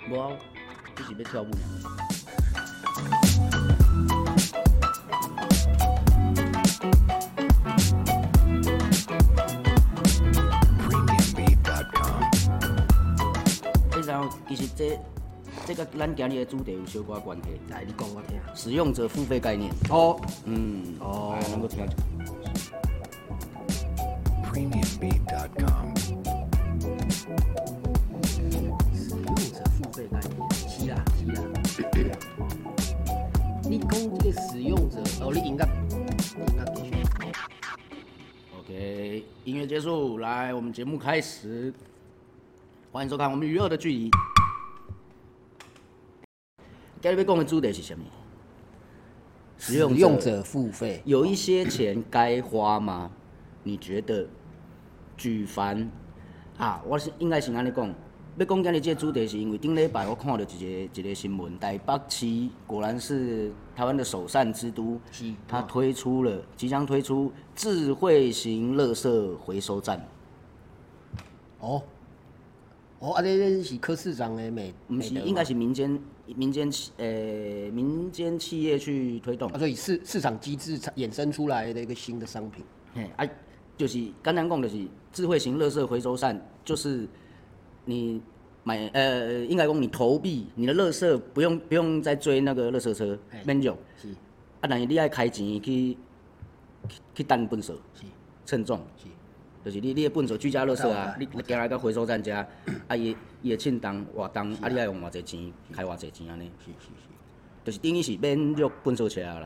无啊，只是要跳舞尔。你知道，其实这个咱今日的主题有小可关系。 来，你讲我听。 使用者付费概念。 哦， 来能够听下。 premiumbeat.com 使用者付费概念，是啦。你讲这个使用者，你应该继续。 OK， 音乐结束，来，我们节目开始。欢迎收看我们娱乐的距离。今日要讲的主题是什么？ 使用者付费有一些钱该花吗？你觉得？举凡我是应该是安尼讲，要讲今日这个主题是因为顶礼拜我看到一个新闻，台北市果然是台湾的首善之都，它即将推出智慧型垃圾回收站。 这是柯市长的美， 不是，应该是民间企业去推动。 所以市场机制衍生出来的一个新的商品。 就是简单讲，就是智慧型垃圾回收站，就是你应该讲你投币，你的垃圾不用再追那个垃圾车，免用。 是。 但是你要开钱去等垃圾， 是。 称重。 是。 就是你的垃圾居家垃圾啊，你行来到回收站遮，伊会称重活重，你要用偌济钱，开偌济钱安尼。 是。 就是等于是免入垃圾车啦。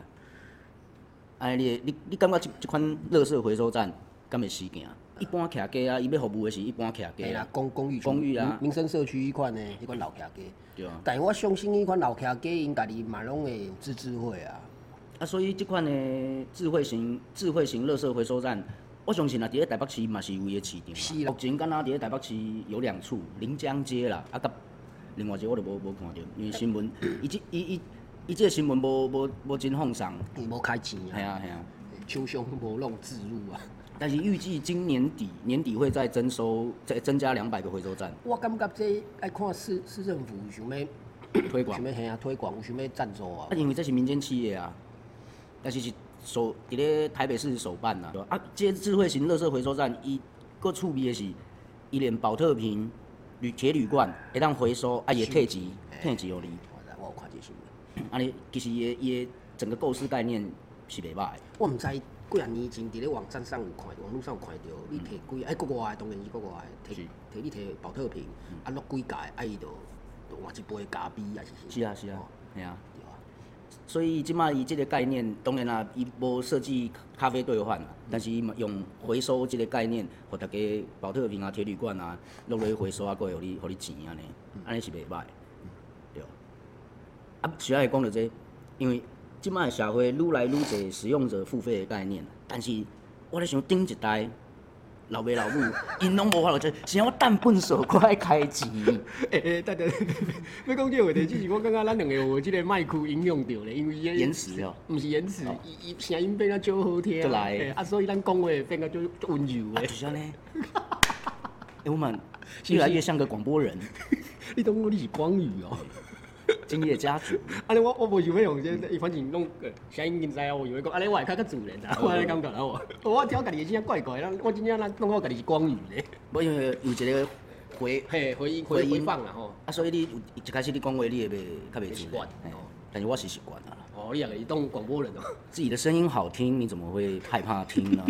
你感觉这款垃圾回收站？敢会实行？一般徛家啊，伊要服务的是一般徛家。 对啦，公寓啊，民生社区迄款的，迄款老徛家。 对啊。 但是我相信迄款老徛家，因家己嘛拢会有自治会啊。 所以这款的智慧型垃圾回收站，我相信啊，伫咧台北市嘛是有伊的市场。 是啦。 目前敢若伫咧台北市有2处，临江街啦，甲另外一个我就无看到，因为新闻伊这个新闻无真放送。 伊无开钱啊。 系啊。 厂商无弄置入啊。 但是预计今年底会再增加200个回收站。 我感觉这爱看市政府想要推广， 推广，有想要赞助啊。 因为这是民间企业啊，但是伫咧台北市首办呐。这智慧型垃圾回收站，伊佫趣味的是，伊连保特瓶、铁铝罐会当回收，也退钱互你。 我有看这新闻。 尼其实伊的整个构思概念是袂歹。 我毋知。几啊年前伫咧网络上有看到，你摕几国外的当然是国外的，摕你摕保特瓶，落几届，伊就换一杯咖啡，还是？ 是啊，系啊。所以即马伊即个概念，当然啦，伊无设计咖啡兑换啦，但是伊用回收即个概念，互大家保特瓶啊、铁铝罐啊，落去回收啊，佫会互你钱安尼是袂歹，对。需要讲到这，因为。即摆社会愈来愈侪使用者付费的概念，但是我咧想顶一代老爸老母，因拢无法度做，是我等粪扫我爱开钱。 等，要讲这个话题，只是我感觉咱两个有即个麦克影响到咧，因为延迟哦， 毋是延迟，伊声音变较少好听， 就来所以咱讲话变较就温柔的。 就是安尼。我们越来越像个广播人。 你当我你是光宇哦。 今夜家族， 我无想要用这，反正弄声音认知啊，我以为讲，我会较自然啊，我安尼感觉啊，我听家己的声怪怪，我真正当我家己是光宇咧。 无因为有一个回音放啦吼。 所以你一开始你讲话你会较袂习惯， 但是我是习惯啦。 你也可以当广播人哦。 自己的声音好听，你怎么会害怕听呢？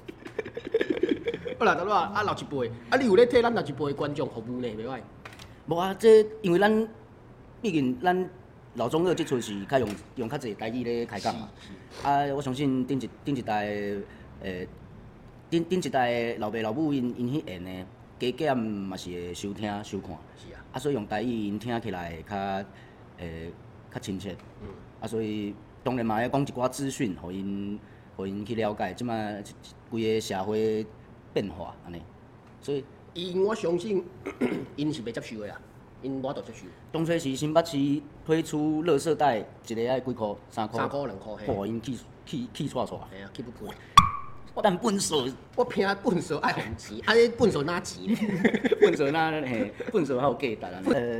好啦，大佬老一辈，你有咧替咱老一辈的观众服务呢，袂歹。 无啊，这因为咱。毕竟咱老中二即阵是较用较侪台语咧开讲嘛，我相信顶一代顶一代老爸老母因迄演呢，加减嘛是会收听收看， 是啊， 所以用台语因听起来较亲切，所以当然嘛要讲一寡资讯，互因去了解，即摆规个社会变化安尼，所以因我相信因是袂接受的啦。因无度接受。 当初是新北市推出垃圾袋，一个爱几箍？3箍。 3箍2箍。 互因气错。 嘿啊，气不过。 但粪扫， 我听粪扫爱红钱，你粪扫哪钱？ 粪扫哪嘿？粪扫还有价值啊。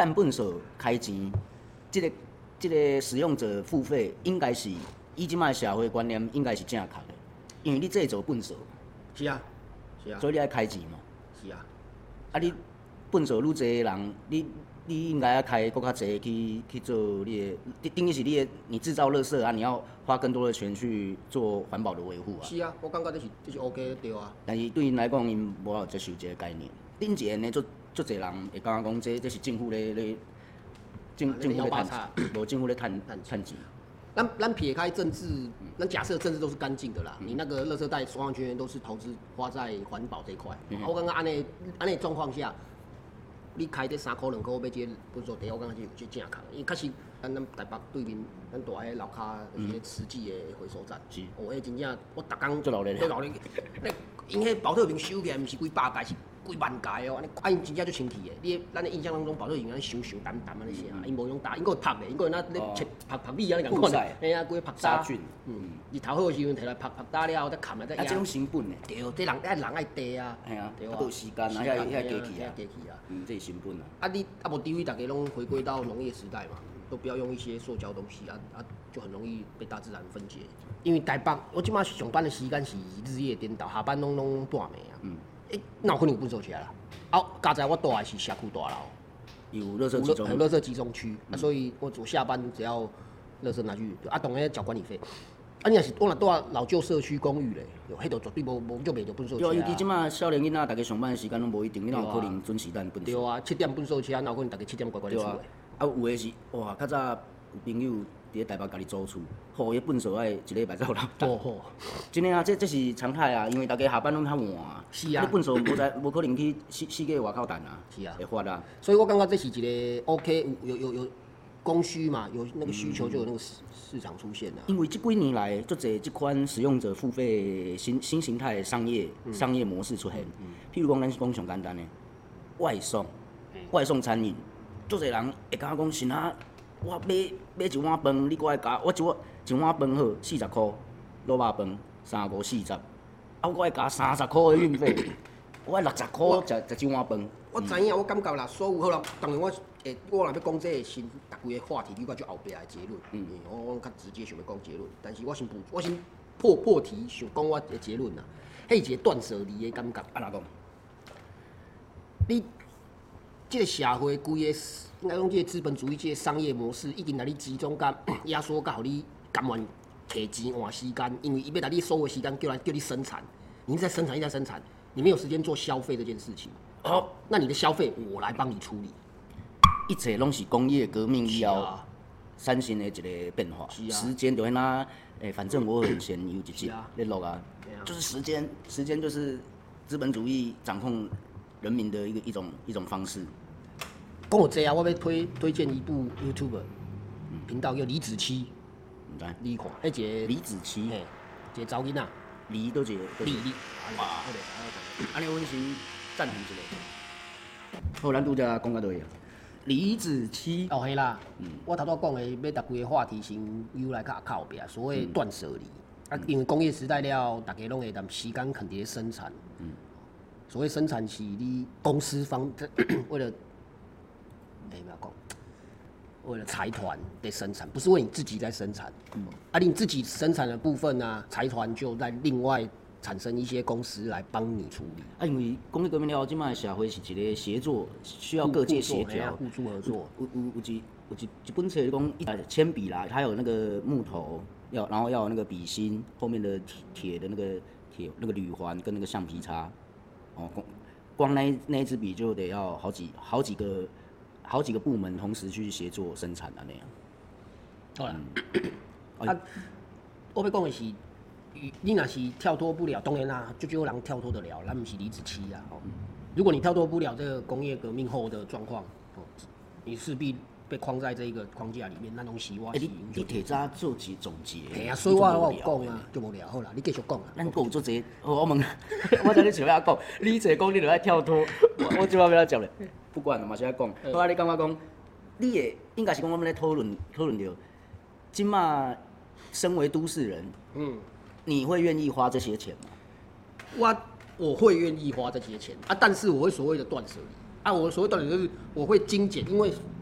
旦粪扫开钱，这个使用者付费应该是以即卖社会观念应该是正确的，因为你制造粪扫， 是啊， 所以你爱开钱嘛。 是啊。 啊，你粪扫愈侪人，你应该要开更较侪去做你的，等于是你制造垃圾啊，你要花更多的钱去做环保的维护啊。 是啊，我感觉这是 OK 对啊。 但是对因来讲，因无法接受这个概念。顶一呢，足侪人会感觉讲，这是政府咧政府咧趁钱，无政府咧趁钱。 咱撇开政治，咱假设政治都是干净的啦，你那个垃圾袋完完全全都是投资花在环保这一块。我感觉安尼状况下，你开这3块2块，要这分数第一，我感觉就正确，因为确实咱台北对面，咱大迄楼骹迄慈济的回收站，迄真正我逐工做老人， 因迄保特瓶收起来，毋是几百盖，是几万盖哦，安尼因真正足清气的。咱的印象当中，保特瓶安尼香淡淡安尼些啊，因无用打，因佫会拍的，因佫会那切拍米安尼共款，嘿啊，佫会拍杀菌。 日头好的时阵摕来拍打了，再砍来再压。 啊，这种成本呢？ 对，这人爱地啊。 系啊， 对啊。 都有时间啊，遐加气啊。这是成本啊。 啊，你无除非大家拢回归到农业时代嘛，都不要用一些塑胶东西啊，就很容易被大自然分解。因为台北，我即马上班的时间是日夜颠倒，下班拢半暝啊。哪有可能有粪扫车啦？啊，加在我住的是社区大楼， 有垃圾集中， 有垃圾集中区，所以我下班只要垃圾拿去，啊，当然缴管理费。啊，你若是我住老旧社区公寓咧，迄度绝对无就袂着粪扫车啊。 对，尤其即马少年囡仔，大家上班的时间拢无一定，你哪有可能准时等粪扫？ 对啊，7点粪扫车，哪有可能大家7点乖乖咧出的？ 啊，有诶是，哇，较早有朋友伫咧台北家己租厝，吼，伊粪扫爱一礼拜才有人等。真诶啊，这是常态啊，因为大家下班拢较晚啊。 是啊。 你粪扫无可能去四个外口等啊。 是啊。 会发啊。 所以我感觉这是一个 OK， 有供需嘛，有那个需求就有那个市场出现啊。 因为这几年来，足侪这款使用者付费新形态的商业模式出现。譬如讲，咱是讲上简单的外送餐饮，足侪人会甲我讲，是啊，我买一碗饭，你搁爱加我一碗饭好40块，卤肉饭35-40，啊我搁爱加30块的运费，我爱60块食一碗饭。 我知影，我感觉啦，所有好啦，当然我若要讲这个新逐规个话题，你我就后壁的结论。我较直接想要讲结论，但是我先破题想讲我的结论啦。迄一个断舍离的感觉。 安怎讲？ 你这个社会规个应该讲这个资本主义这个商业模式，已经来你集中甲压缩到，互你甘愿摕钱换时间，因为伊要来你所有时间叫你生产，你在生产，你没有时间做消费这件事情。好，那你的消费我来帮你处理。 一切拢是工业革命以后产生的一个变化。时间就那反正我很闲，有一节联络啊，就是时间就是资本主义掌控人民的一种方式。 讲到这啊，我要推荐一部 YouTube 频道叫李子柒， 唔知你看，迄个李子柒， 一个查囡仔， 李都一个李， 哇，安尼阮先暂停一下。好，咱拄则讲到倒去啊。李子柒哦，嘿啦，我头拄讲的要逐规个话题先由来较靠边，所谓断舍离。啊，因为工业时代了，大家拢会当时间肯定生产。所谓生产是你公司方为了，不要讲，为了财团在生产，不是为你自己在生产。啊，你自己生产的部分呢，财团就在另外产生一些公司来帮你处理。 啊，因为工业革命了后，即卖社会是一个协作，需要各界协调、 互助合作。 有一本册讲，铅笔啦，还有那个木头，然后要有那个笔芯，后面的铁的那个铝环跟那个橡皮擦，哦，光那一支笔就得要好几个部门同时去协作生产的那样。 好啦，我要讲的是。你若是跳脱不了，当然啦，就有人跳脱得了，咱不是李子柒啊。如果你跳脱不了这个工业革命后的状况，你势必被框在这个框架里面，那种希望。 你提早做一总结。 系啊，所以我有讲啊，就无聊。好啦，你继续讲啊。 咱有做这，我问，我知你想要讲，你这讲你就爱跳脱，我即摆要讲咧，不管了嘛，是爱讲。好啊，你感觉讲，你也应该是讲我们咧讨论着，今嘛身为都市人，你会愿意花这些钱吗？ 我会愿意花这些钱啊，但是我会所谓的断舍离啊。我所谓断舍离就是我会精简，因为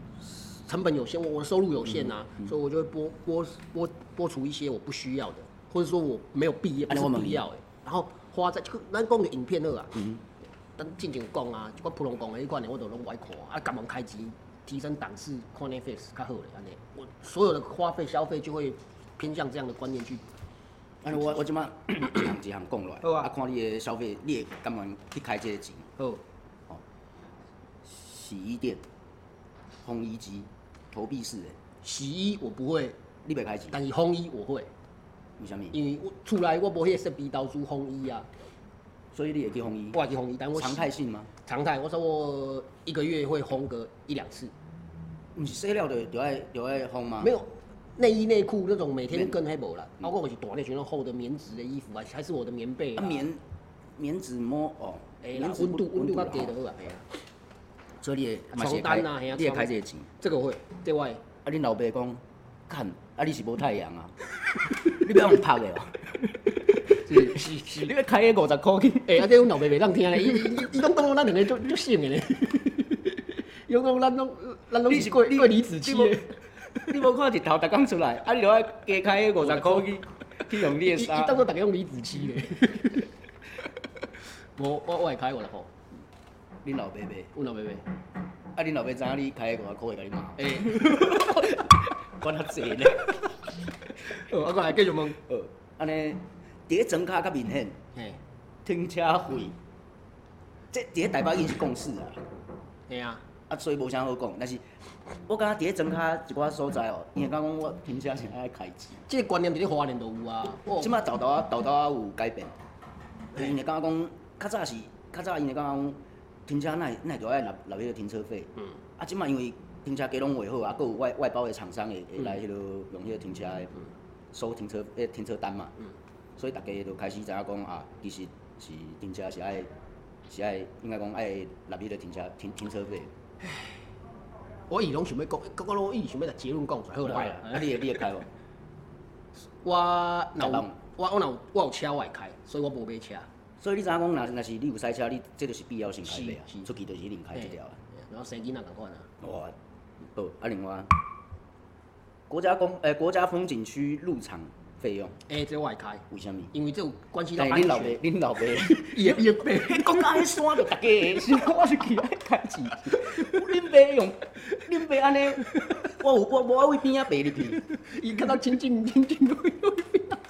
成本有限，我的收入有限啊，所以我就会剥除一些我不需要的，或者说我没有必要，不是必要的，然后花在咱讲的影片好啊，咱进前讲啊，即款普通讲的迄款的我都拢不爱看啊，赶忙开机提升档次，看 Netflix 较好咧，安尼，我所有的花费消费就会偏向这样的观念去。 安尼我即摆一项讲落来，看你的消费，你会甘愿去开这个钱？ 好， 洗衣店、烘衣机、投币式的。 洗衣我不会， 你袂开钱？ 但是烘衣我会。 为什么？ 因为我厝内我无迄个设备投资烘衣啊， 所以你会去烘衣？ 我会去烘衣，但我常态性吗？ 常态，我说我1个月会烘个1-2次。 不是洗了就爱烘吗？ 没有，内衣内裤那种每天更还无啦。包括我是大那种厚的棉质的衣服啊，还是我的棉被啊。 棉质摸哦， 温度较低就好啊，系啊。 所以你会床单啊， 你会开这个钱？ 这个我会，这我会。 啊，恁老爸讲，看，啊你是无太阳啊？你要用拍的哦。是，你要开个50块去。 啊，这阮老爸袂当听咧，伊拢当咱两个足省的咧。伊讲咱拢是过离子期的。 你无看日头逐工出来，啊你就爱加开个50块去用你的衫。 伊当作逐个用离子期咧。无，我会开50块。 恁老爸买？ 阮老爸买。 啊，恁老爸知影你开个50块会甲你骂？管较济咧。 我来继续问。 安尼，伫咧庄脚较明显。停车费，这伫咧台北已经是共识啊。 嘿啊。 啊，所以无啥好讲，但是我感觉伫咧庄脚一寡所在哦，因为讲我停车是爱开钱。 这个观念伫咧花莲都有啊。 即摆豆豆有改变，因为感觉讲较早因为感觉讲停车哪就爱纳迄个停车费。啊，即摆因为停车价拢画好啊，佮有外包的厂商会来迄个用迄个停车收停车单嘛。所以大家就开始知影讲啊，其实是停车是爱应该讲爱纳迄个停车费。 我伊拢想要讲，我拢伊想要把结论讲出来，好啦。 啊，你会开无？ 我有车我会开，所以我无买车。 所以你知影讲，若是你有赛车，你这就是必要性开买啊，出去就是一定开这条啊。 然后生囡仔共款啊。 哇，好，啊另外，国家风景区入场费用。 这我会开。 为什么？ 因为这有关系到安全。 恁老爸， 伊会买。 讲到迄山就大家，我是去爱开钱。恁爸安尼，我为边仔爬入去。 伊看到亲近都会边仔。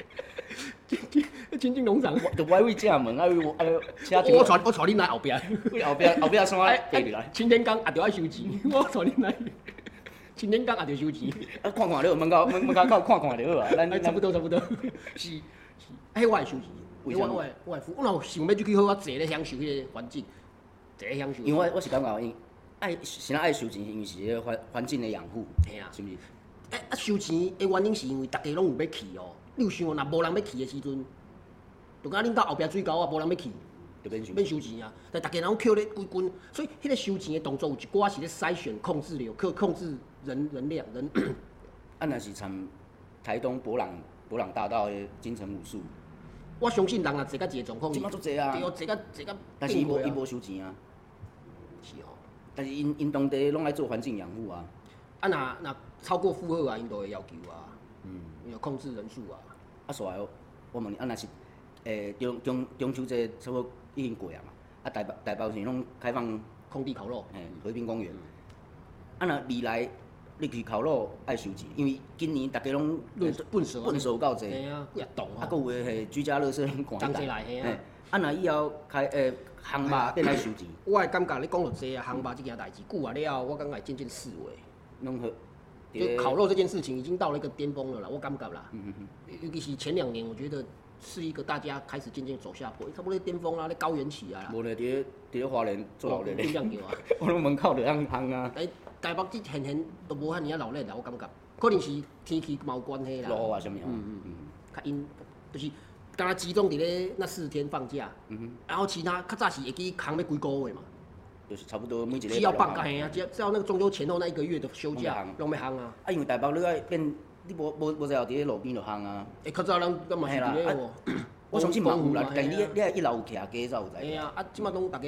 亲近农场。 就我为正门，爱车我带恁来后壁。 后壁山爬入来。 晴天刚也着爱收钱，我带恁来。晴天刚也着收钱。 啊，看就好，门口看就好啊。咱差不多。是，迄我会收钱。我会付。我若想要就去好啊，坐咧享受迄个环境，坐咧享受。 因为我是感觉，先爱收钱，因为是迄个环境的养护，是毋是？ 收钱的原因是因为大家拢有要去哦。你有想，若无人要去的时阵，就敢恁到后壁水沟啊，无人要去， 就免收钱啊。但大家拢扣咧规均，所以迄个收钱的动作有一寡是咧筛选、控制人量。 啊，若是参台东博朗大道的金城武术， 我相信人若坐到一个状况， 即马足济啊。 对哦，坐到。 但是伊无收钱啊。 是哦。 但是因当地拢爱做环境养护啊。 啊，若超过负荷啊，因都会要求啊。要控制人数啊。 啊，所以我问你，啊，若是中秋节差不多已经过啊嘛。啊，台北是拢开放空地烤肉， 和平公园。啊，若未来你去烤肉爱收钱，因为今年大家拢笨手有够济。 嘿啊，也冻啊，佮有诶居家垃圾拢赶起来，嘿啊。 啊，若以后开烘肉变来收钱。 我会感觉你讲到这啊，烘肉这件代志，久啊了，我感觉渐渐式微。 拢好。 就烤肉这件事情已经到了一个巅峰了啦，我感觉啦。尤其是前2年，我觉得是一个大家开始渐渐走下坡，差不多巅峰啦，咧高原期啊啦。 无咧，伫咧花莲做老热咧。 这样叫啊。 我拢门口就烘啊。 台北这现都无遐尔老热啦，我感觉，可能是天气嘛有关系啦。 落雨啊，什么？ 较因就是刚才集中伫咧那4天放假，然后其他较早是会去扛要几个月嘛。 就是差不多每一个。 只要放假嘿啊，只要那个中秋前后那1个月的休假，拢要烘啊。 啊，因为台北你爱变，你无在后伫咧路边就烘啊。 较早咱嘛是伫咧我相信嘛有啦，但你一楼有徛街才有在。 嘿啊，即马拢大家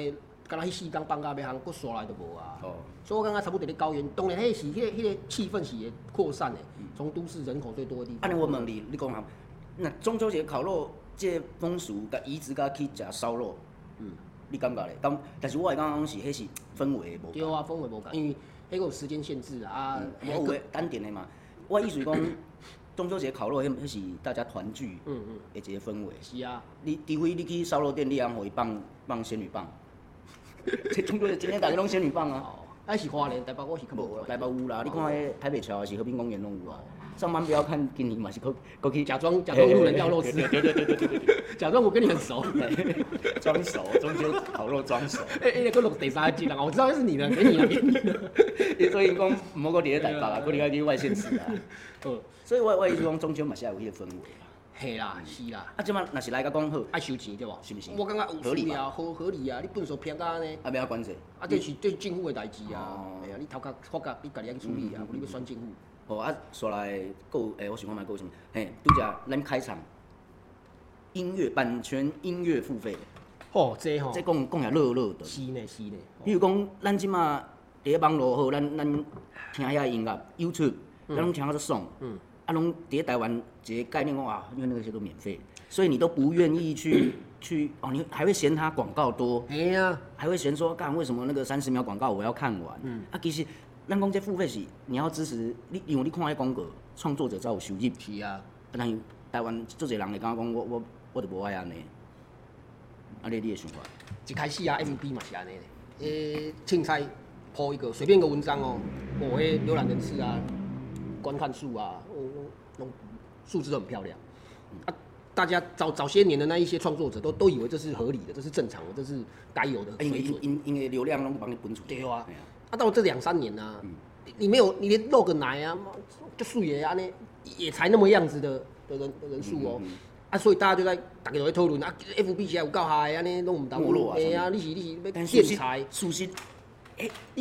敢若迄4天放假要行，佫刷来就无啊。 哦， 所以我感觉差不多伫咧高原，当然迄是迄个气氛是会扩散的，从都市人口最多的地方。 安尼我问你，你讲下，那中秋节烤肉这风俗甲移植甲去食烧肉，你感觉咧？但是我会感觉讲是迄是氛围无。 对啊，氛围无共，因为迄个有时间限制啊。 有诶，单点的嘛。我意思是讲，中秋节烤肉，迄是大家团聚的一个氛围。 是啊。 除非你去烧肉店，你通互伊放仙女棒。这中秋节今天大家拢仙女棒啊。 还是花莲，台北我是较无。 台北有啦，你看迄台北桥还是和平公园拢有啊。上班不要看今年嘛是过去假装路人要肉吃。对，假装我跟你很熟。 装熟，中秋烤肉装熟。 个录第3集啦，我知道是你的，给你了。 所以讲唔好搁伫咧台北啊，搁伫去外县市啊。所以我意思讲中秋嘛是要有迄个氛围。 嘿啦，是啦。 即摆若是来甲讲好， 爱收钱对无？是毋是？我感觉合理啊， 合理啊，你本数偏甲安尼。 啊，要管者。 这是政府的代志啊。哎呀，你头壳发觉你家己爱处理啊，无你要选政府。 刷来够我想看卖够什么？嘿，拄则咱开场，版权音乐付费。 这这讲也热的。 是呢。 比如讲，咱即马伫咧网络好，咱听遐音乐 ，YouTube， 咱拢听到爽。拢伫咧台湾一个概念讲啊，因为那些都免费，所以你都不愿意去你还会嫌它广告多。还会嫌说，为什么那个30秒广告我要看完？其实。咱讲这付费是你要支持你，因为你看迄广告，创作者才有收入。 是啊。 但是台湾足侪人会感觉讲，我就无爱安尼。你的想法？ 一开始啊 ，FB 嘛是安尼的。凊彩po一个随便一个文章哦，迄浏览人次啊、观看数啊，数字都很漂亮。大家早些年的那一些创作者都以为这是合理的，这是正常的，这是该有的水准。 因为流量拢帮你分出。 对啊。到这2-3年啊，你没有，你连露个奶啊，就水的安尼，也才那么样子的人数哦。所以大家大家都在讨论啊 ，FB 现在有够嗨安尼，拢唔当。 没落啊。 你是要骗财？ 事实，你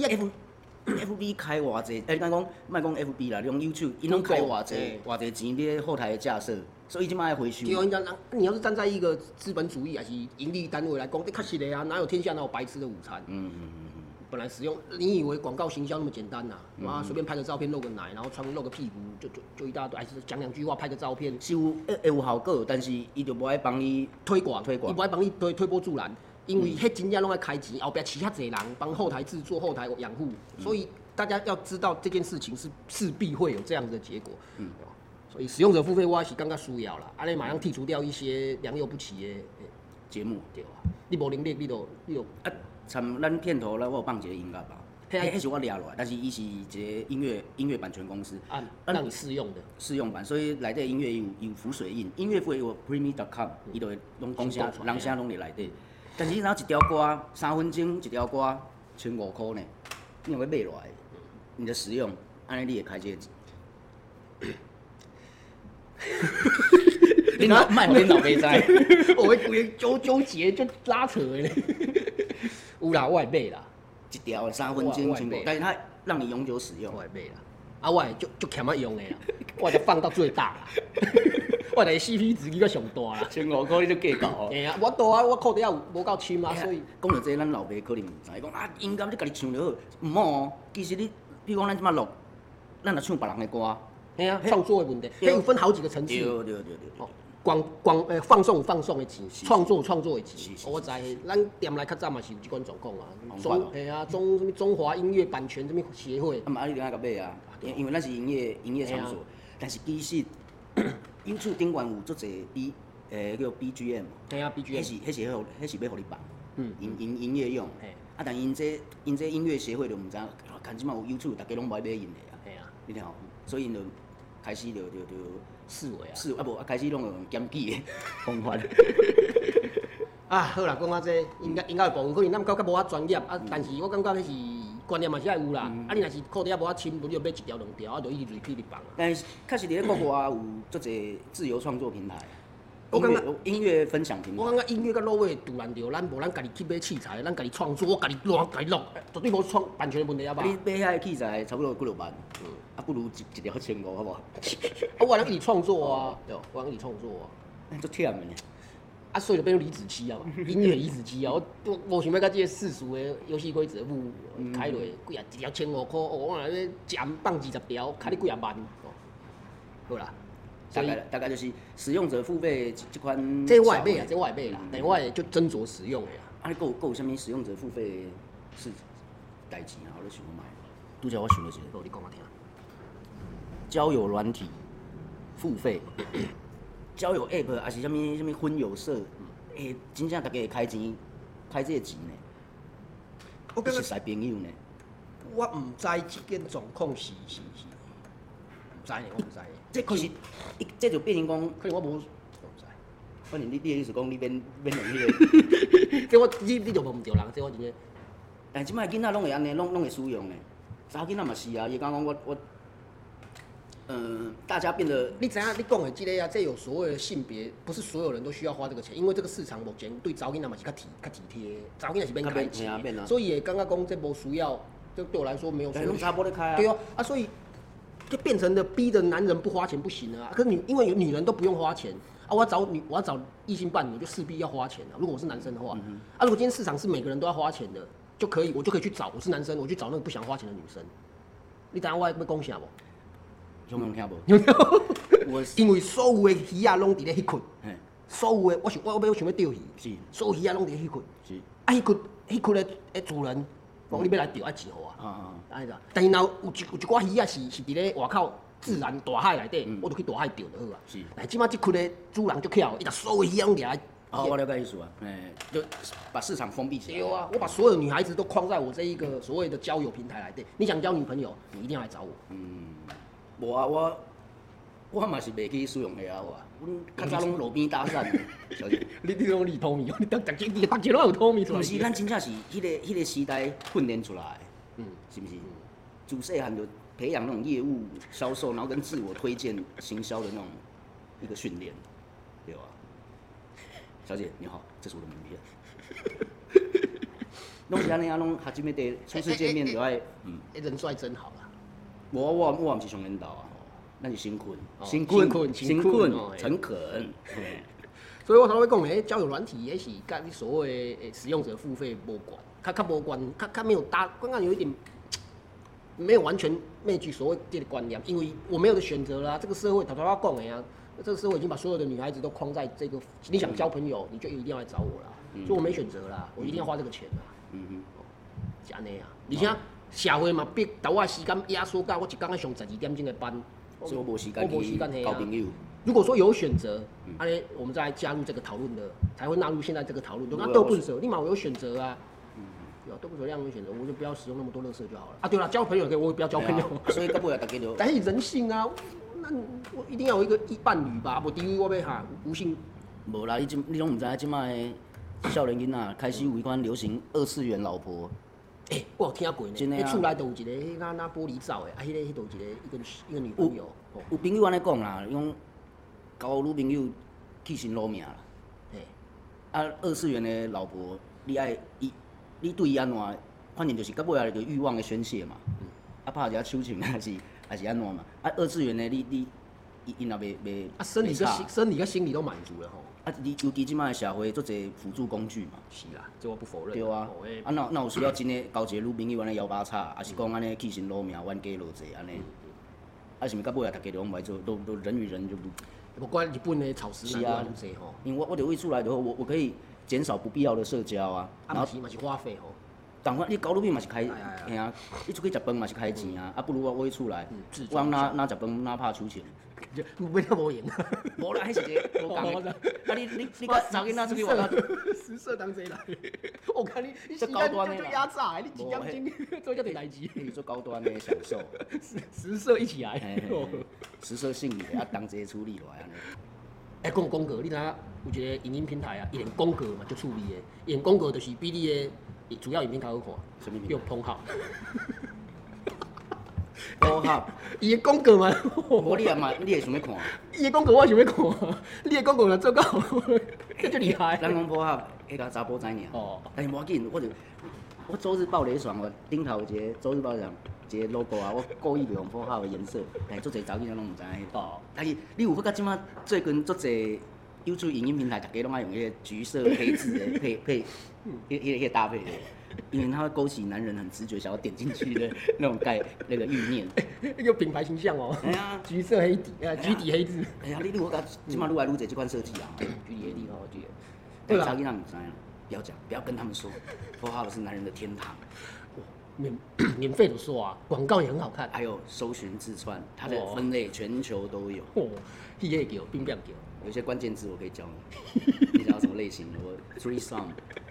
FB 开偌济？咱讲莫讲 FB 啦，你用 YouTube， 伊拢开偌济钱咧后台的架设，所以即摆回收。 对啊，你要是站在一个资本主义还是盈利单位来讲，确实的啊，哪有天下哪有白吃的午餐？本来使用，你以为广告行销那么简单呐？随便拍个照片露个奶，然后露个屁股，就一大堆，还是讲2句话，拍个照片， 是会有效果，但是伊就无爱帮你推广，伊无爱帮你推波助澜，因为迄真正拢爱开钱，后壁饲遐侪人帮后台制作、后台养护，所以大家要知道这件事情是势必会有这样的结果。所以使用者付费我是感觉需要啦，安尼马上剔除掉一些良莠不齐的节目，对吧？你无能力，你就参咱片头我有放一个音乐吧，迄是我抓落来，但是伊是一个音乐版权公司， 让你试用的试用版，所以内底音乐有浮水印，音乐付有 premium.com， 伊就会拢讲啥，人声拢伫内底。但是然后一条歌3分钟一条歌1500块呢，你若要买落来，你的使用，安尼你会开这个钱。你脑卖我脑没在， 我会纠结就拉扯嘞。有啦，我会买啦， 一条3分钟1500，但是它让你永久使用。 我会买啦，我会就欠欠用的啦，我就放到最大啦。我来 CP 值比较上大啦 ，1500块你就计较哦。 哎呀，我大啊，我裤底也无够深啊，所以讲到这，咱老爸可能唔知，讲音乐你家己唱就好，唔好哦。其实你，比如讲咱即马录，咱若唱别人的歌， 嘿啊，创作的问题，迄有分好几个层次。 对。 放送的钱，创作的钱。我知，咱店内较早嘛是有即款状况啊。中华音乐版权什么协会。 嘛，你另外甲买啊，因为咱是营业场所，但是其实 YouTube 顶悬有足侪叫 BGM。 对啊 ，BGM。 迄是要互你放，营业用。但因这音乐协会就唔知，看即马有 YouTube， 大家拢无爱买因的啊。 系啊， 你听吼，所以因就开始就。 思维啊， 无开始拢用检举的方法。 好啦，讲这应该的部分可能咱较无遐专业但是我感觉迄是观念嘛是爱有啦。你若是裤底无遐深，你就买1条2条，就一直 repeat 放啊。 但是确实伫咧国外有足侪自由创作平台，我感觉音乐分享平台。 我感觉音乐甲老尾杜兰着，咱无咱家己去买器材，咱家己创作，我家己录，绝对无版权的问题啊吧。 你买遐个器材差不多几6万，不如一条1500，好不好？ 我人一起创作啊，对，我人一起创作啊， 足忝的呢。 啊，所以就变成离子期啊嘛，音乐离子期啊。我想要甲这个世俗的游戏规则开落，几啊一条1500，我若要讲放20条，开你几啊万，好啦。 大概就是使用者付费这款。 这我会买啊，这我会买啦，但我会就斟酌使用的啦。 啊，你还有啥物使用者付费是代志啊？我咧想要买。拄则我想到一个， 你讲我听。 交友软体付费，交友 App 还是啥物婚友社，真正大家会开这个钱呢？ 我感觉是识朋友呢。 我唔知这件状况是，唔知呢，我唔知。 这其实，这就变成讲， 可能我无知。 反正你的意思讲，你免用迄个。 这我你就无唔对人，这我真正。 但即摆囡仔拢会安尼，拢会使用呢。查囡仔嘛是啊，伊讲我，大家变得。 你知影你讲的这个啊，这有所谓的性别，不是所有人都需要花这个钱，因为这个市场目前对查囡仔嘛是较体贴，查囡仔是免开钱，所以刚刚讲这无需要，这对我来说没有。 拢查甫咧开啊。 对啊，所以。就变成了逼着男人不花钱不行了啊！可是因为女人都不用花钱啊，我要找异性伴侣，就势必要花钱啊。如果我是男生的话，啊，如果今天市场是每个人都要花钱的，我就可以去找，我是男生，我去找那个不想花钱的女生。你知影我要讲啥无？ 想听无？ 因为所有的鱼啊，拢伫咧迄群，所有的我想要钓鱼， 是， 所有鱼啊拢伫咧迄群， 是， 啊，迄群的主人。讲你要来钓爱钱互啊，安尼啦。但是若有一寡鱼啊是伫咧外口自然大海内底，我就去大海钓就好啊。是。但即马即群的主人足巧，伊把所有鱼拢掠来。 我了解意思啊，就把市场封闭起来。 对啊，我把所有女孩子都框在我这一个所谓的交友平台内底。你想交女朋友，你一定要来找我。 无啊，我嘛是袂去使用的啊，阮较早拢路边搭讪。小姐， 你拢李托米，你逐节拢有托米出来。 毋是，咱真正是迄个时代训练出来的，是不是？自细汉就培养那种业务销售，然后跟自我推荐行销的那种一个训练，对吧？小姐你好，这是我的名片。拢是安尼啊，拢学这么的，初次见面就爱人帅真好啦。 我毋是上领导啊。那是辛苦，诚恳。 所以我头尾讲诶，交友软体也是跟你所谓的使用者付费无关，较无关，较没有刚刚有一点没有完全那句所谓这个观念，因为我没有的选择啦。这个社会头我讲的啊，这个社会已经把所有的女孩子都框在这个，你想交朋友，你就一定要来找我啦。所以我没选择啦，我一定要花这个钱啦。是安尼啊，而且社会嘛逼把我的时间压缩到我一天要上12点钟的班。 所以我无时间去交朋友。 如果说有选择，我们再来加入这个讨论的，才会纳入现在这个讨论。那都不舍，立马我有选择啊，对啊，都不舍量有选择，我就不要使用那么多垃圾就好了。啊，对了，交朋友可以，我也不要交朋友。 所以到尾大家就。 但是人性啊，那我一定要有一个伴侣吧，无除非我要哈无性。 无啦，你拢唔知即摆少年囡仔开始有一款流行2次元老婆。 我有听过呢。真诶啊！厝内都有一个那玻璃罩诶，啊，迄都有一个女朋友。 有朋友安尼讲啦，讲交女朋友起心落命啦。2次元的老婆，你对伊安怎？反正就是到尾啊，就欲望的宣泄嘛。拍一下手情还是安怎嘛？2次元的你因若袂生理跟心理都满足了吼。 尤其即摆社会做侪辅助工具嘛。 是啦，这我不否认。 对啊，那有需要真诶交一个女朋友安尼摇把叉，还是讲安尼起心落命冤家路济安尼？是毋是到尾啊，大家拢袂做，都人与人就不管日本的草食男都济吼。 因为我就会出来的话，我可以减少不必要的社交啊。 嘛是花费吼。 当然，你交女朋友嘛是开，嘿啊，你出去食饭嘛是开钱啊，不如我会出来，我哪食饭哪拍手钱。 没那无闲， 无啦，迄是一个无共的。你甲查囡仔出去玩， 食色当真来。我看你时间就压榨，你几点钟做这个代志？ 你做高端的享受， 食色一起来， 食色性也当这处理落安尼。 讲广告，你知影有一个影音平台啊，伊连广告嘛就趣味的，连广告就是比你的主要影片较好看。 什么？ 用捧好。 哦哈， 伊的广告嘛， 无你会想要看？ 伊的广告我想要看，你的广告若做到，这就厉害。 咱讲普合，迄个查甫知尔。但是无要紧，我周日报咧爽，我顶头有一个周日报上一个 logo 啊，我故意袂用普合的颜色，但做侪查囡仔拢毋知影。但是你有发觉即马最近做侪 YouTube 影音平台，大家拢爱用迄个橘色黑字的配，迄个搭配的，因为它会勾起男人很直觉想要点进去的那种那个欲念。 一个品牌形象哦。哎呀，橘色黑底，橘底黑字。 哎呀，你我讲，起码愈来愈侪这款设计啊，橘底黑底哦， 对吧？ 查囡仔唔知啦，不要讲，不要跟他们说，Pornhub 是男人的天堂。 免费的刷，广告也很好看， 还有搜寻自串，它的分类全球都有。 哦，迄个叫冰冰叫， 有些关键字我可以教你，你想要什么类型？我 threesome，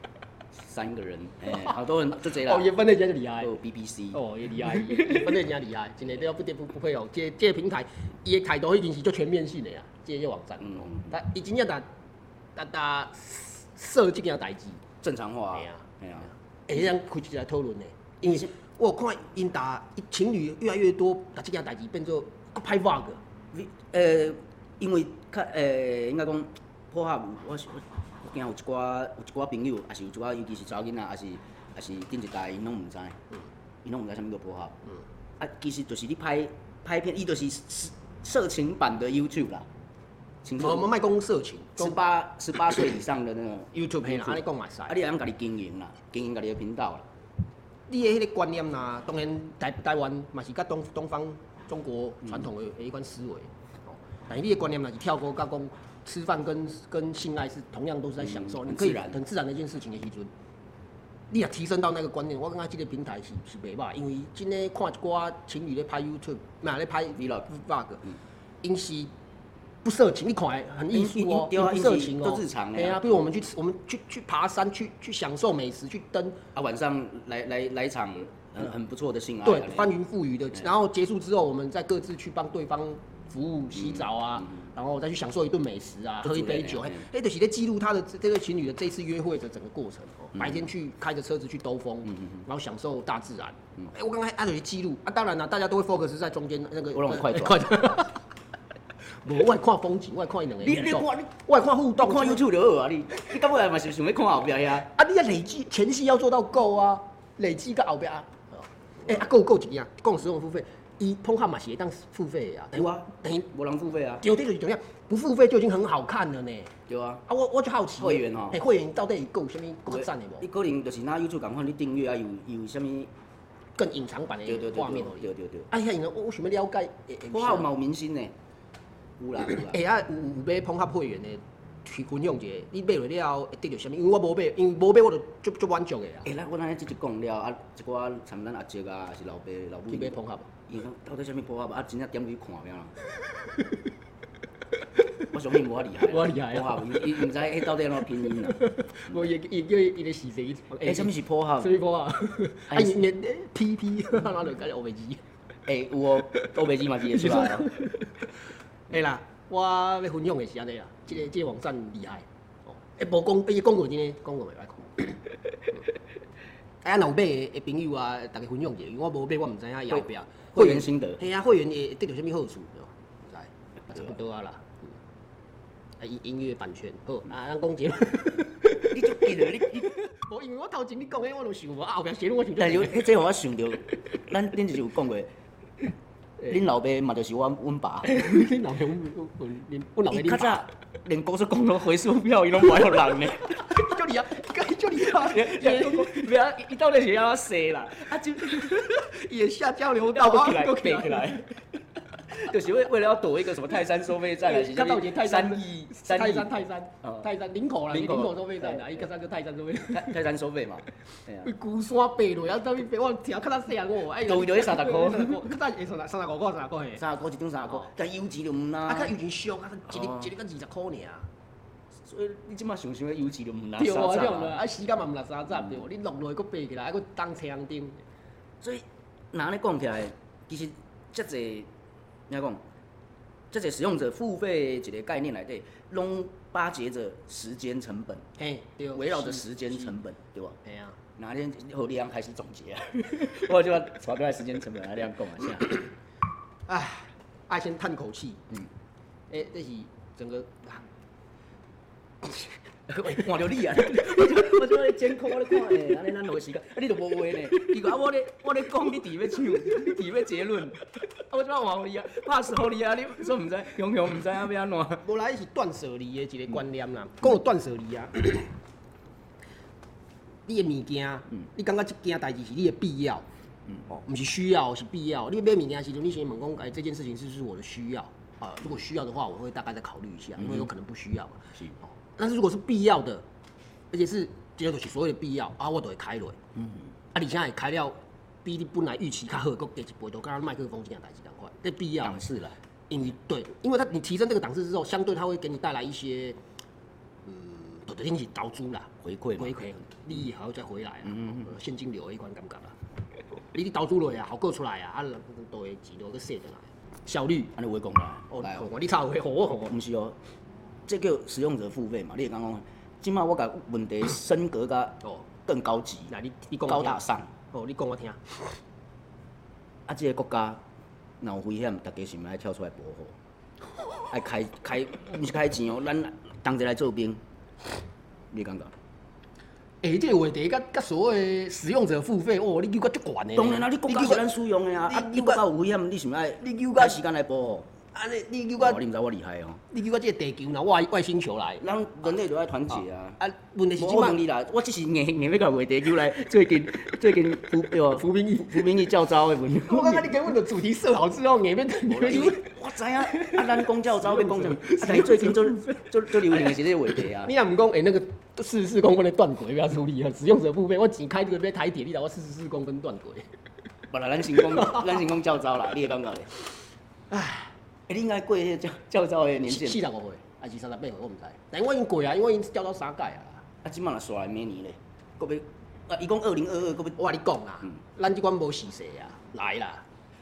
3个人，好多人就这啦。 哦，也分类真厉害。 有 BBC。 哦，也厉害，也分类真厉害，真的都要不得不佩服。这个平台，伊的态度已经是足全面性的呀，这个网站。但伊真正打设这件代志正常化。 哎呀，会让开起来讨论的。因为我看因情侣越来越多，把这件代志变做拍 vlog。 因为应该讲Pornhub，我惊有一寡朋友，也是有一寡，尤其是查某囡仔，也是顶一代，因拢唔知，因拢唔知啥物叫Pornhub。啊，其实就是你拍片，伊就是色情版的 YouTube 啦。 我们卖讲色情 ，18岁以上的那种 YouTube。 嘿啦，安尼讲嘛使。 啊，你会晓家己经营啦，经营家己的频道啦。 你的迄个观念啦，当然台湾嘛是甲东方中国传统的一款思维，但是你的观念嘛是跳过，甲讲吃饭跟性爱是同样都是在享受，你可以很自然的一件事情的时阵，你也提升到那个观念，我感觉这个平台是袂歹，因为真的看一寡情侣咧拍 YouTube， 嘛咧拍 vlog， 因是不色情，你看很艺术哦，不色情哦， 都日常的。 对啊，比如我们去爬山，去享受美食，去登啊，晚上来场很不错的性爱。 对，翻云覆雨的，然后结束之后，我们再各自去帮对方服务、洗澡啊，然后再去享受一顿美食啊，喝一杯酒，就是在记录他的这对情侣的这次约会的整个过程。白天去开着车子去兜风，然后享受大自然。我刚才就是记录啊，当然啦，大家都会 focus 在中间那个。 我让快转。 无，我看风景，我看伊两个互动，我看互动， 看 YouTube 就好啊！你到尾嘛是想要看后壁呀？ 啊，你要累积前戏要做到够啊，累积到后壁啊。够一件，讲使用付费，伊Pornhub嘛是会当付费的啊。 有啊，等于无人付费啊。 对，就是怎样，不付费就已经很好看了呢。 对啊。 啊，我就好奇。 会员哦。 会员到底有啥物够赞的无？ 你可能就是拿 YouTube 共款，你订阅啊，有啥物更隐藏版的画面。 对。 啊，遐我想要了解。 Pornhub有明星呢。有啦。 啊，有买Pornhub会员的，去分享一下，你买落了会得到啥物？因为我无买，我就足满足的啊。 咱我即讲了啊，一寡参咱阿叔啊，是老爸老母。 去买Pornhub。 伊讲到底啥物Pornhub啊？真正点入去看咩啦？我相信无厉害。 我厉害啊！伊毋知迄到底安怎拼音啦。 无伊叫伊个是谁？ 啥物是Pornhub？ 啥物Pornhub？啊，伊PP，哪落甲欧美字？ 有哦，欧美字嘛是会出来啊。 嘿啦，我要分享的是安尼啦，这个网站厉害。无讲，伊广告真诶，广告袂歹看。啊，若有买的朋友啊，大家分享一下，因为我无买，我毋知影后壁。 会员心得。 嘿啊，会员会得到啥物好处？唔知，差不多啊啦。音乐版权好，咱讲节目。 你足紧的，你。 无，因为我头前你讲的我就想无，后壁写我想。 但是，这互我想着，咱顶一有讲过。恁老爸嘛，就是阮爸。 恁老爸，阮老爸。 伊较早连高速公路回收票伊拢无爱互人呢。 就你啊，就你啊！ 没啊，伊到底是安怎说啦？啊就也下交流道啊，都起来。就是为了要躲一个什么泰山收费站，还是看到一泰山泰山林口啦，林口收费站啦，伊个啥叫泰山收费？ 泰山收费嘛。 孤山爬落，啊，到尾爬我听较早细汉我， 都为着迄30箍， 较早会35块，30块 ，30箍一张30箍，但油钱就唔拿。 啊，较油钱俗啊，一日才20块尔。 所以你即马想想，油钱就唔拿对啊，啊时间嘛唔拿3站对，你落落去佫爬起来，还佫当车行顶。 所以，拿咧讲起来，其实遮济。你讲，这些使用者付费一个概念内底，拢巴结着时间成本， 对， 围绕着时间成本，对吧？ 哎呀， 哪天和李阳开始总结啊？我就要抓过来时间成本来这样讲一下。 唉，爱先叹口气。这是整个换着你啊！我就咧监控，我咧看安尼咱落时间，你都无话呢。伊讲我咧讲，你伫要唱，你伫要结论，我怎换互你啊？拍死互你啊！你说毋知，永远毋知影要安怎？ 无啦，是断舍离的一个观念啦。讲到断舍离啊，你的物件，你感觉这件代志是你的必要，哦，不是需要，是必要。你买物件时阵，你先问讲，这件事情是不是我的需要？啊，如果需要的话，我会大概再考虑一下，因为有可能不需要嘛。 是。 但是如果是必要的，而且是这个是所谓的必要啊，我都会开落。而且会开了比你本来预期较好，搁加一倍，就刚麦克风这件代志同款，这必要。 档次啦。 因为对，因为你提升这个档次之后，相对它会给你带来一些，对，定是投资啦， 回馈， 利益还要再回来啊，现金流的迄款感觉啦。你投资落啊，效果出来啊，都会钱都去摄转来，效率。 安尼话讲啦， 哦，你插话，我。 毋是哦。这叫使用者付费嘛？你会讲，即马我甲问题升格甲更高级， 来你讲高大上。 哦，你讲我听。 啊，即个国家若有危险，大家是毋是爱跳出来保护？爱开，毋是开钱哦，咱同齐来做兵。你感觉？ 这个话题甲所谓使用者付费，哦，你纠结足悬的。 当然啦，你国家是咱使用的啊，你国家有危险，你是毋是爱花时间来保护？ 安尼，你叫我， 你毋知我厉害哦。 你叫我这个地球，外星球来， 咱人类都爱团结啊。 啊，问题是我问你啦，我只是硬要甲话题叫来最近服兵役教招的问题。 我感觉你给我的主题设好之后，硬要我知影，咱讲教招要讲什么？但是最近就流行的是这个话题啊。 你若唔讲，那个44公分的断轨要处理啊，使用者付费，我钱开这个要台铁，你让我44公分断轨。 本来咱先讲教招啦，你会感觉咧？唉。你应该过迄个教招的年限。 45岁还是38岁，我唔知。但我已经过啊，因为我已经教到3届啊。 啊，即摆若刷来明年咧，搁要啊，伊讲2022，搁要。 我甲你讲啦，咱即款无时势啊，来啦，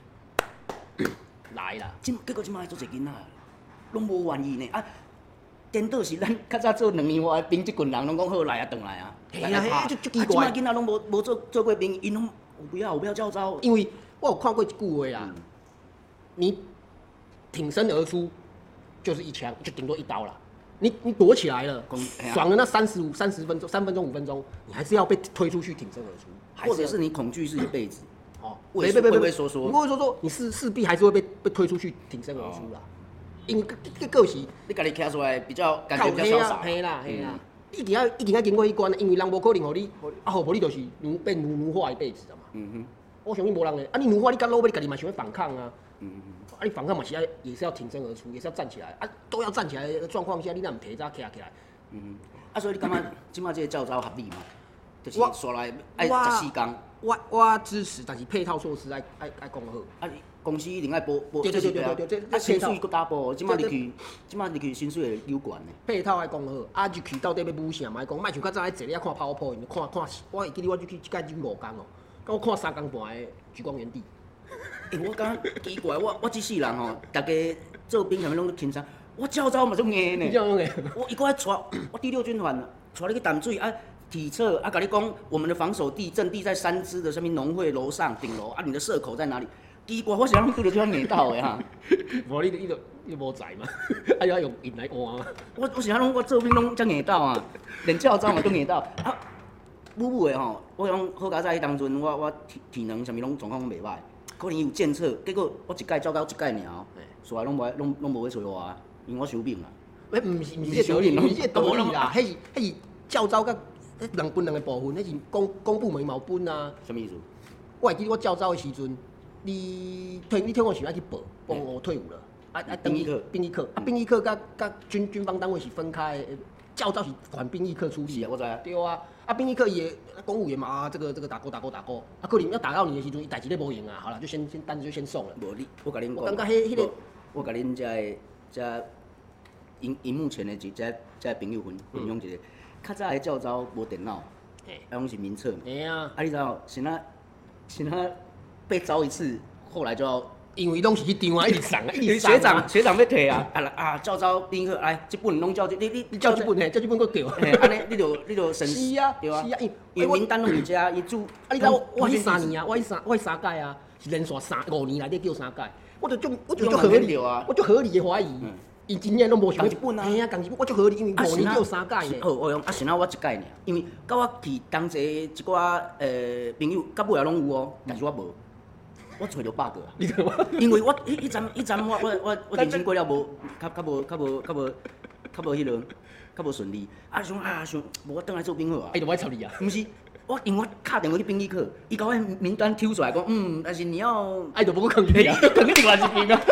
来啦。 结果即摆做一囡仔，拢无愿意呢。啊，颠倒是咱较早做2年外兵，即群人拢讲好来啊，转来啊。 嘿啊，就奇怪。 即摆囡仔拢无做过兵，因拢我不要教招。 因为我有看过一句话啦，你。挺身而出，就是一枪，就顶多一刀了。你躲起来了，爽了那30分钟、3分钟、5分钟，你还是要被推出去挺身而出， 或者是你恐惧是一辈子。 哦， 畏畏缩缩， 畏畏缩缩，你势必还是会被推出去挺身而出啦。因为这个是你家己徛出来比较感觉比较潇洒。 嘿啦，一定要经过一关，因为人无可能互你，无你就是被奴化一辈子的嘛。我相信无人的，啊你奴化你敢老尾，你家己嘛想要反抗啊。啊，你反抗嘛也是要挺身而出，也是要站起来啊，都要站起来的状况下，你哪唔提早起来？ 啊，所以你感觉即马这个教招合理吗？就是刷来爱14天。 我支持，但是配套措施爱讲好。 啊，公司一定爱保。 对， 啊，薪水搁打保，即马入去薪水会有悬的。 配套爱讲好，啊入去到底要补啥？莫讲，莫像较早爱坐咧看 PowerPoint，看，我会记得我入去即届入去5工哦，我看3工半的举光原地。 我感觉奇怪，我这世人吼，大家做兵啥物拢咧轻松，我教招嘛足硬呢。我一个爱带我第6军团带你去淡水啊，体测啊，甲你讲我们的防守阵地在3支的什么农会楼上顶楼啊，你的射口在哪里？奇怪，我是让你拄着这样硬到的哈。 无你无在嘛？啊要用引来换嘛？ 我是我做兵拢遮硬到啊，连教招嘛都硬到啊。母的吼，我讲好佳在迄当阵，我体能啥物拢状况拢袂歹。可能有检测，结果我一届教到一届尔哦，所以拢无去找我啊，因为我收兵啦。 毋是道理，毋是这道理啦，迄是教招甲人分两个部分，迄是公部门嘛有分啊。 什么意思？ 我会记得我教招的时阵，你退伍时要去报，我退伍了。 兵役课， 兵役课甲军方单位是分开的，教招是管兵役课处理。 是啊，我知啊。 对啊。兵役课也公务员嘛啊，这个打勾，啊，可能要打到你的时阵，伊代志咧无用啊，好了，就先单子就先送了。 无你，我甲恁讲。 我感觉迄个， 我甲恁遮荧幕前的遮朋友分享一个，较早的教招无电脑，拢是名册。 嘿啊。 啊，你知道，现在被招一次，后来就要。 因为拢是迄张啊，一直送啊，一直送。学长要摕啊，教兵役课来，这本拢照你照这本嘿，照这本佫对。 安尼你就审视啊， 对啊， 因为名单拢伫遮，伊主。 啊，你知道我迄3年啊，我迄3届啊，是连续5年内底叫3届，我就合理啊，我就合理的怀疑， 伊真正拢无想共一本啊嘿啊，共一本我足合理，因为5年就3届呢。 好，我用先我一届尔，因为甲我去同齐一寡朋友，到尾也拢有哦，但是我无，我找着8个啊。 你知道吗？ 因为我迄站我人生过了无，较无迄落，较无顺利。想无我倒来做兵好啊。 伊就我插你啊。 毋是，因为我敲电话去兵役科，伊甲我名单抽出来讲，但是你要， 就无去坑你啊，坑你另外一边啊。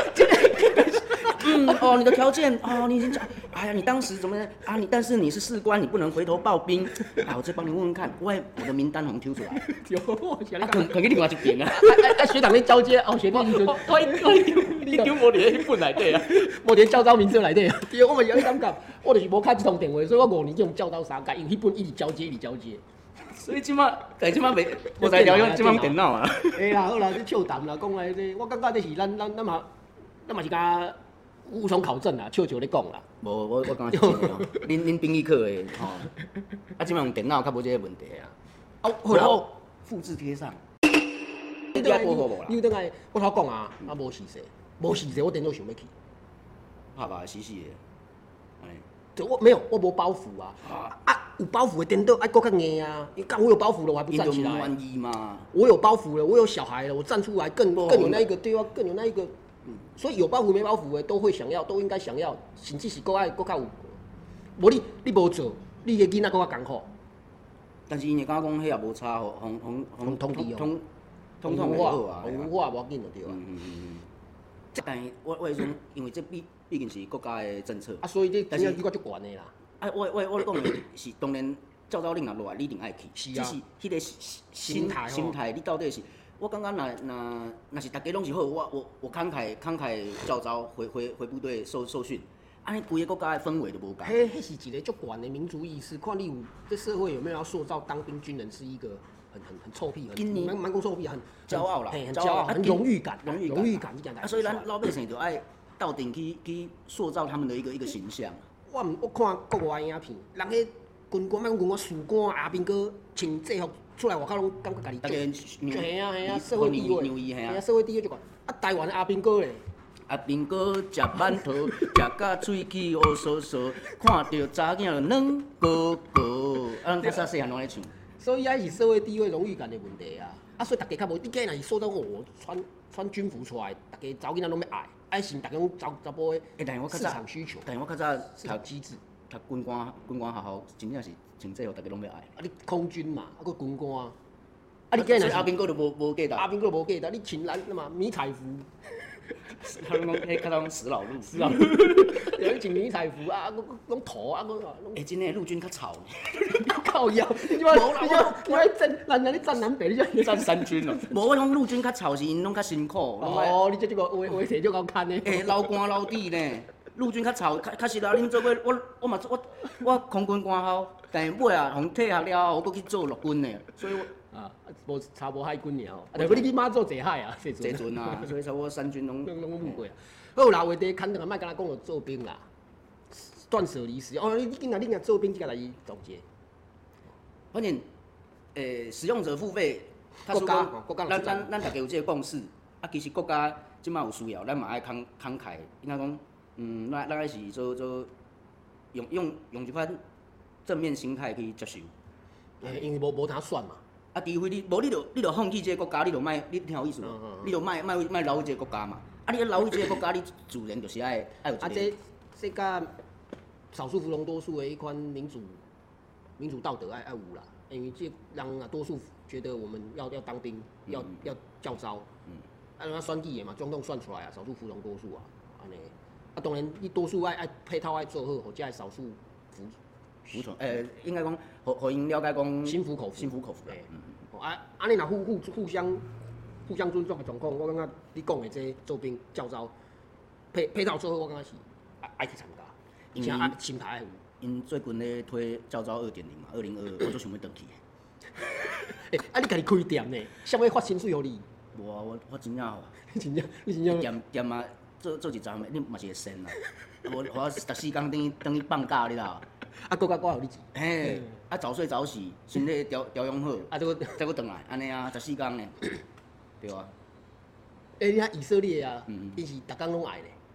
你的条件你已经讲，哎呀，你当时怎么啊？但是你是士官，你不能回头报兵。我再帮你问问看，我的名单红抽出来。坑去另外一边啊。 学长咧交接，学弟你就你丢无伫迄本内底啊，无伫教招名册内底啊。对，我嘛有迄感觉，我就是无开这通电话，所以我5年这种教招3届，因为迄本一直交接。 所以即马袂，无在聊用即马电脑啊。 啦，好啦，你笑谈啦，讲来这，我感觉这是咱嘛是甲无从考证啦，笑咧讲啦。 无，我感觉是真的哦。恁兵役课的即马用电脑较无这个问题啊。 后来我复制贴上。 你等下，我头讲啊，无事实，我电脑想要去。 拍拍死死的， 就我没有，我无包袱啊。有包袱的电脑，搁较硬啊。因为我有包袱了，我还不站起来。 愿意嘛？ 我有包袱了，我有小孩了，我站出来更有那一个对啊，更有那一个。所以有包袱没包袱的都会想要，都应该想要，甚至是搁较有。无你无做，你个囡仔搁较艰苦。 但是因会感觉讲，迄也无差，通通会好啊。 文化无要紧就对啊。 但我会说，因为这毕竟是国家的政策。 所以这真正比较足悬的啦。 我讲的是，当然照令若落来，你一定爱去。 是啊。 只是迄个心态，你到底是？我感觉若是大家拢是好，我慷慨召招回部队受训，安尼规个国家的氛围就无共。 迄是一个足悬的民族意识，看你有这社会有没有要塑造当兵军人是一个很臭屁，蛮讲臭屁，很骄傲啦， 很骄傲，很荣誉感这件代。 所以咱老百姓就爱斗阵去塑造他们的一个形象。 我看国外影片，人迄军官，莫讲军官，士官阿兵哥穿制服出来外口拢感觉家己系啊，社会地位，系啊，社会地位就悬。台湾的阿兵哥咧， 阿兵哥食馒头，食甲喙齿乌索索，看到查囝就软高高。咱较早细汉拢咧唱。 所以还是社会地位、荣誉感的问题啊！所以大家较无，你今若是说到我穿军服出来，大家查囡仔拢要爱是大家拢查甫的市场需求。 但是我较早读机制， 读军官学校，真正是穿制服，大家拢要爱。 你空军嘛，搁军官。你今若是阿兵哥就无价值。 阿兵哥无价值，你穿咱嘛迷彩服。 他拢迄较拢死老路， 有穿迷彩服啊，拢土啊，拢。 真诶，陆军较吵。 靠腰，你爱站，你站南北，你就站三军咯。无我讲陆军较吵是因拢较辛苦。 你这个话题就够看呢。 老官老弟呢，陆军较吵，确实啦。恁做过我空军官校，但是尾啊，互退下了，我搁去做陆军呢，所以我。 无差无海军尔但是你去马祖坐海啊，坐船啊，所以差不多三军拢入过啊。好啦，话题牵倒，莫敢若讲到做兵啦，断舍离时你今仔你做兵，即个来总结。 反正使用者付费， 国家咱大家有这个共识。其实国家即马有需要，咱嘛爱慷慨，应该讲，咱爱是做用一款正面心态去接受。 因为无通选嘛。 除非你就放弃这个国家，你听有意思无？你就莫留于这个国家嘛。你留于这个国家，你自然就是爱有一个。 这甲少数服从多数的一款民主道德爱有啦。因为这人啊，多数觉得我们要当兵，要教招。咱选举的嘛，总统选出来啊，少数服从多数啊，安尼。当然你多数爱配套爱做好，或者少数服从，应该讲，互因了解讲心服口服。尼若互相尊重的状况，我感觉你讲的这做兵教招配套做好，我感觉是爱去参加，而且心态爱有。 因最近咧推教招2.0嘛，2022，我就想要回去。 你家己开店呢？啥物发薪水互你？ 无啊，我真正好。 你真正店啊，做一站，你嘛是会省啊。我14工等于放假，你知道？ 国家互你钱。 嘿，早睡早起，身体调养好，再搁转来，安尼啊，14工呢，对啊。 你看以色列啊，伊是逐工拢爱咧，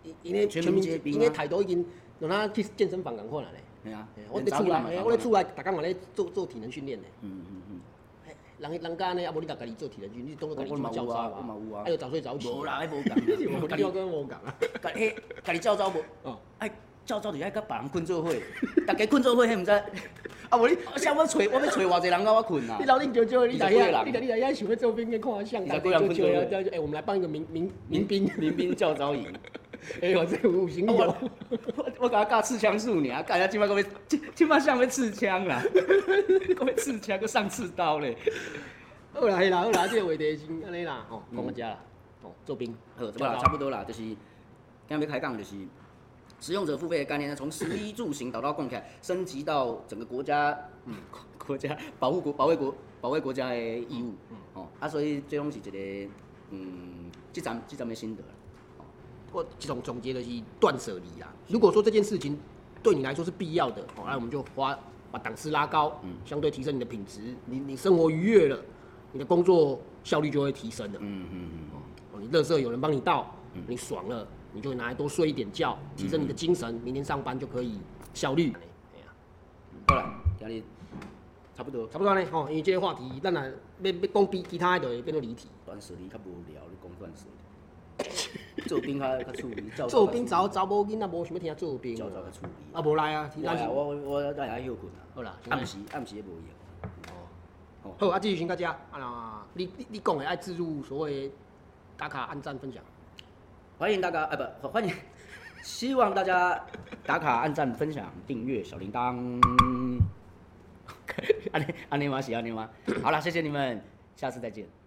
因为全民皆兵啊因为态度已经让他去健身房共款啦咧。 嘿啊， 我咧厝内，我咧厝内，逐工嘛咧做体能训练咧。人家呢，啊无你家己做体能训练，你当作家己做教招我嘛有啊， 哎，早睡早起。 无啦，迄无共， 你跟无共啊。 家己照招无，哎，照招就爱甲别人困做伙，大家困做伙，迄毋知。啊，无你，我要找偌济人甲我困啊。 你老恁舅舅，你来遐想要做兵去看相， 大家困做伙。 哎，我们来办一个民兵教招营。 哎呦，这有行有。 我甲他教刺枪术尔，教他即摆个要，即摆像要刺枪啦，个要刺枪，个上刺刀咧。 好啦，这个话题先安尼啦，吼，讲到遮啦，吼，做兵。 好，差不多啦，就是今日要开讲，就是使用者付费的概念，从食衣住行导到共起来，升级到整个国家，国家保卫国家的义务，所以这拢是一个，这站的心得。 我这种总结的是断舍离啦。如果说这件事情对你来说是必要的，那我们就把档次拉高，相对提升你的品质，你生活愉悦了，你的工作效率就会提升了。你垃圾有人帮你倒，你爽了，你就拿来多睡一点觉，提升你的精神，明天上班就可以效率。 好啦，今日差不多呢，因为这个话题，咱若要讲其他的，就会变做离题。 断舍离较无聊，你讲断舍离。做兵较趣味， 做兵查某囡仔无想要听做兵， 较趣味。 啊，无来啊， 我来休困啊。 好啦， 暗时也无用。 好，啊，继续先到遮。你讲的爱置入所谓打卡、按赞、分享。 欢迎大家，欢迎，希望大家打卡、按赞、分享、订阅小铃铛。安尼吗？好啦，谢谢你们，下次再见。